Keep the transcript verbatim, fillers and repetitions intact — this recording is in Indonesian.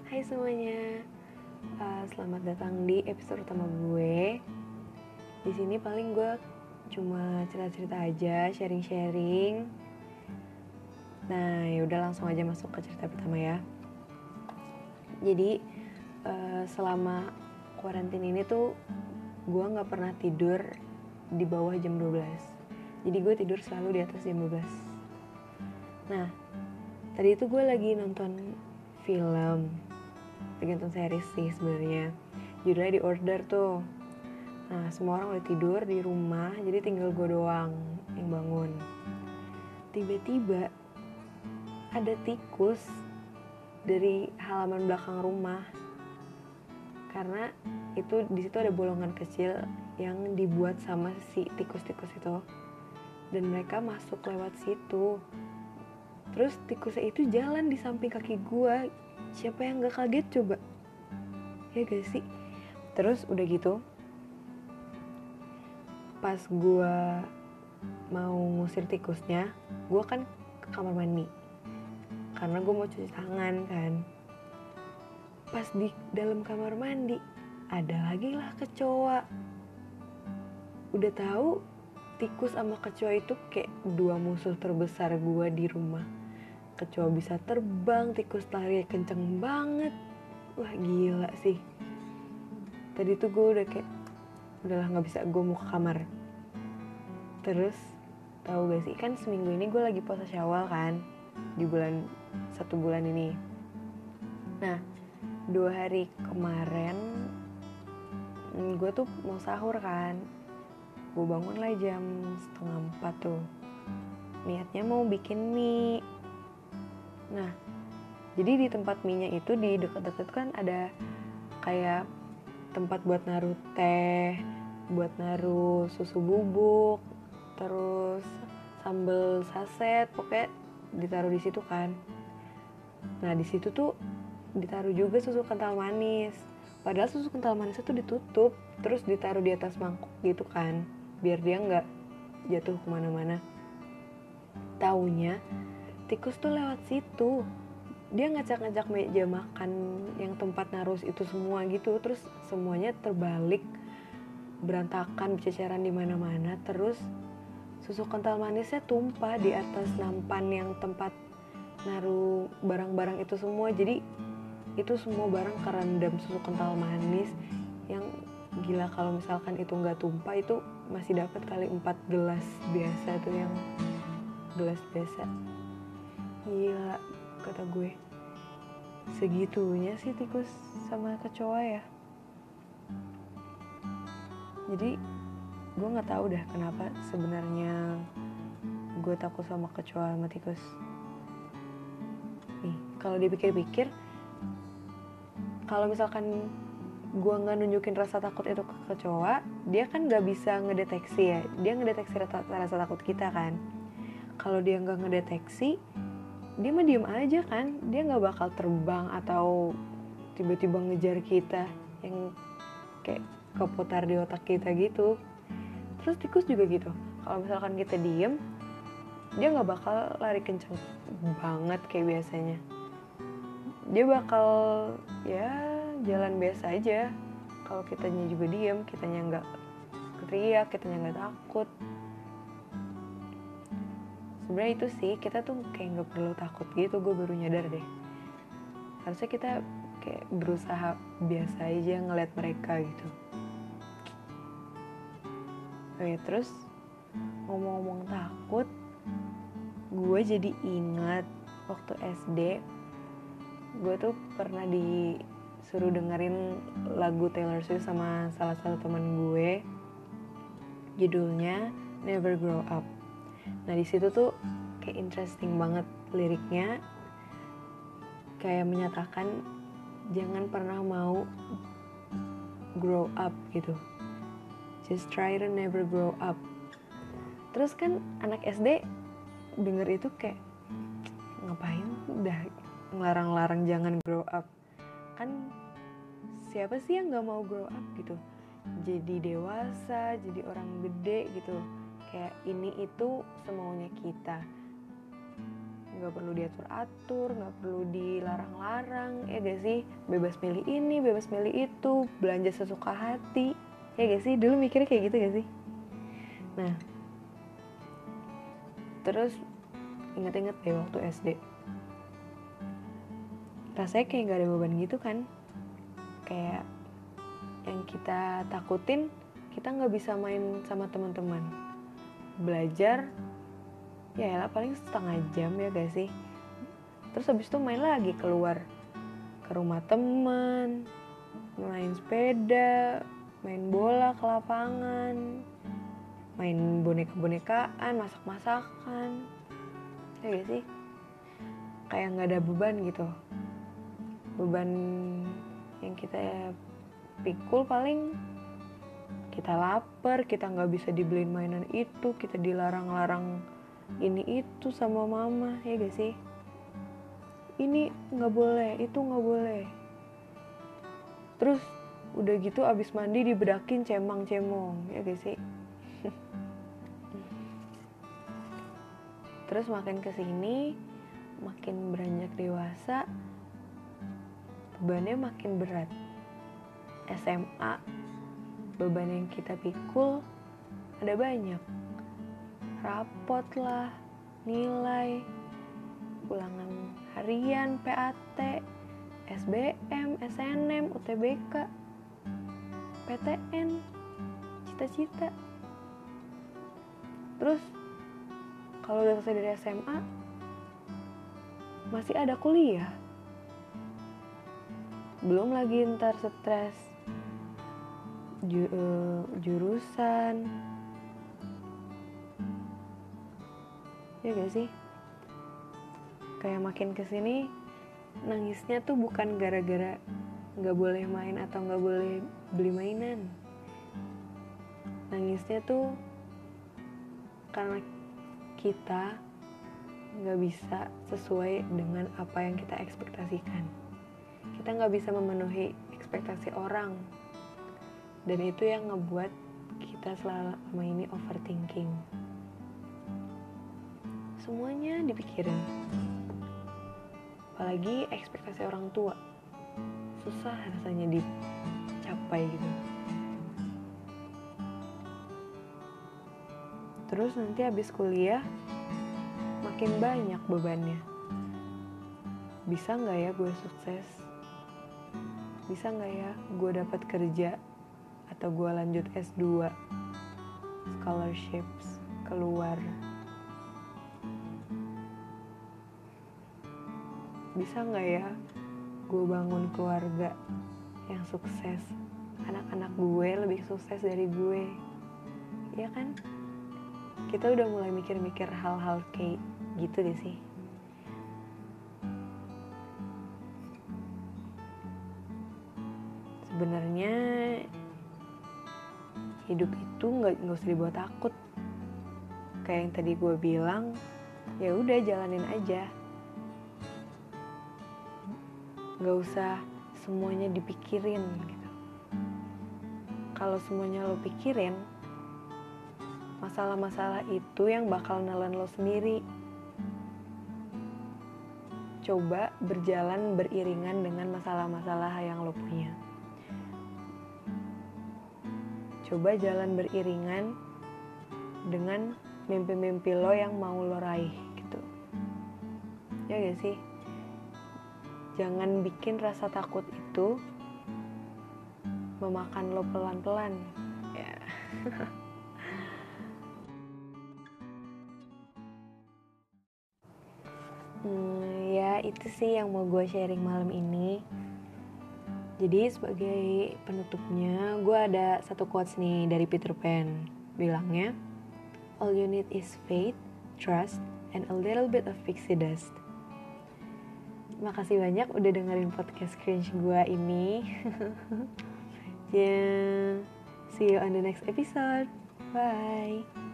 Hai semuanya, uh, selamat datang di episode utama gue. Di sini paling gue cuma cerita-cerita aja, sharing-sharing. Nah, yaudah langsung aja masuk ke cerita pertama ya. Jadi uh, selama kuarantin ini tuh gue nggak pernah tidur di bawah jam dua belas. Jadi gue tidur selalu di atas jam dua belas. Nah, tadi itu gue lagi nonton film, lagi nonton series sih sebenarnya. Judulnya The Order tuh. Nah, semua orang udah tidur di rumah, jadi tinggal gue doang yang bangun. Tiba-tiba ada tikus dari halaman belakang rumah. Karena itu di situ ada bolongan kecil yang dibuat sama si tikus-tikus itu. Dan mereka masuk lewat situ. Terus tikusnya itu jalan di samping kaki gue. Siapa yang gak kaget coba? Ya gak sih? Terus udah gitu, pas gue mau ngusir tikusnya, gue kan ke kamar mandi karena gue mau cuci tangan kan. Pas di dalam kamar mandi ada lagi lah kecoa. Udah tahu tikus sama kecoa itu kayak dua musuh terbesar gue di rumah. Kecoa bisa terbang, tikus lari kenceng banget. Wah gila sih. Tadi tuh gue udah kayak udahlah nggak bisa, gue mau ke kamar. Terus tahu gak sih, kan seminggu ini gue lagi puasa Syawal kan, di bulan satu bulan ini. Nah, dua hari kemarin gue tuh mau sahur kan. Gue bangun lah jam setengah empat tuh. Niatnya mau bikin mie. Nah, jadi di tempat mie-nya itu di dekat-dekat kan ada kayak tempat buat naruh teh, buat naruh susu bubuk, terus sambal saset, pokoknya ditaruh di situ kan. Nah di situ tuh ditaruh juga susu kental manis. Padahal susu kental manis itu ditutup, terus ditaruh di atas mangkuk gitu kan, biar dia nggak jatuh kemana-mana. Taunya tikus tuh lewat situ. Dia ngajak-ngajak meja makan yang tempat naruh itu semua gitu, terus semuanya terbalik, berantakan, berceceran di mana-mana. Terus susu kental manisnya tumpah di atas nampan yang tempat naruh barang-barang itu semua. Jadi itu semua barang kerendam susu kental manis. Yang gila kalau misalkan itu nggak tumpah, itu masih dapat kali empat gelas biasa tuh, yang gelas biasa. Gila kata gue, segitunya sih tikus sama kecoa ya. Jadi gue nggak tahu dah kenapa sebenarnya gue takut sama kecoa sama tikus. Nih kalau dipikir-pikir, kalau misalkan gue nggak nunjukin rasa takut itu ke kecoa, dia kan nggak bisa ngedeteksi ya. Dia ngedeteksi rasa, rasa takut kita kan. Kalau dia nggak ngedeteksi, dia mah diem aja kan. Dia nggak bakal terbang atau tiba-tiba ngejar kita yang kayak keputar di otak kita gitu. Terus tikus juga gitu. Kalau misalkan kita diem, dia nggak bakal lari kenceng banget kayak biasanya. Dia bakal ya jalan biasa aja. Kalau kitanya juga diem, kitanya nggak teriak, kitanya nggak takut. Sebenarnya itu sih, kita tuh kayak nggak perlu takut gitu. Gue baru nyadar deh. Harusnya kita kayak berusaha biasa aja ngeliat mereka gitu. Oke, terus ngomong-ngomong takut, gue jadi ingat waktu S D, gue tuh pernah disuruh dengerin lagu Taylor Swift sama salah satu teman gue. Judulnya Never Grow Up. Nah di situ tuh kayak interesting banget liriknya, kayak menyatakan jangan pernah mau grow up gitu. Just try to never grow up. Terus kan anak S D denger itu kayak ngapain udah ngelarang-larang jangan grow up. Kan siapa sih yang gak mau grow up gitu, jadi dewasa, jadi orang gede gitu. Kayak ini itu semaunya kita, gak perlu diatur-atur, gak perlu dilarang-larang, ya gak sih? Bebas milih ini, bebas milih itu, belanja sesuka hati, ya gak sih? Dulu mikirnya kayak gitu gak sih? Nah, terus inget-inget deh waktu S D, rasanya kayak gak ada beban gitu kan. Kayak yang kita takutin, kita gak bisa main sama teman-teman. Belajar ya lah paling setengah jam, ya gak sih? Terus habis itu main lagi keluar ke rumah teman, main sepeda, main bola ke lapangan, main boneka-bonekaan, masak-masakan, ya gak sih? Kayak gak ada beban gitu. Beban yang kita pikul paling kita lapar, kita gak bisa dibeliin mainan itu, kita dilarang-larang ini itu sama mama, ya gak sih? Ini gak boleh, itu gak boleh. Terus udah gitu abis mandi dibedakin cemang-cemong, ya gak sih? Terus makin kesini, makin beranjak dewasa, bebannya makin berat. S M A, beban yang kita pikul ada banyak. Rapot lah, nilai, ulangan harian, P A T, S B M, S N M, U T B K, P T N, cita-cita. Terus kalau udah selesai dari S M A, masih ada kuliah. Belum lagi ntar stres ju- uh, jurusan, ya gak sih? Kayak makin kesini nangisnya tuh bukan gara-gara gak boleh main atau gak boleh beli mainan. Nangisnya tuh karena kita gak bisa sesuai dengan apa yang kita ekspektasikan. Kita gak bisa memenuhi ekspektasi orang. Dan itu yang ngebuat kita selama ini overthinking. Semuanya dipikirin. Apalagi ekspektasi orang tua. Susah rasanya dicapai gitu. Terus nanti habis kuliah makin banyak bebannya. Bisa gak ya gue sukses? Bisa gak ya gue dapat kerja? Atau gue lanjut S dua, scholarships, keluar. Bisa gak ya gue bangun keluarga yang sukses? Anak-anak gue lebih sukses dari gue, ya kan? Kita udah mulai mikir-mikir hal-hal kayak gitu deh sih. Sebenarnya hidup itu nggak nggak usah dibuat takut. Kayak yang tadi gue bilang, ya udah jalanin aja. Nggak usah semuanya dipikirin gitu. Kalau semuanya lo pikirin, masalah-masalah itu yang bakal nelen lo sendiri. Coba berjalan beriringan dengan masalah-masalah yang lo punya. Coba jalan beriringan dengan mimpi-mimpi lo yang mau lo raih gitu. Ya gak sih? Jangan bikin rasa takut itu memakan lo pelan-pelan. Ya. hmm, ya itu sih yang mau gue sharing malam ini. Jadi sebagai penutupnya, gue ada satu quotes nih dari Peter Pan. Bilangnya, all you need is faith, trust, and a little bit of pixie dust. Makasih banyak udah dengerin podcast cringe gue ini. Yeah, see you on the next episode. Bye.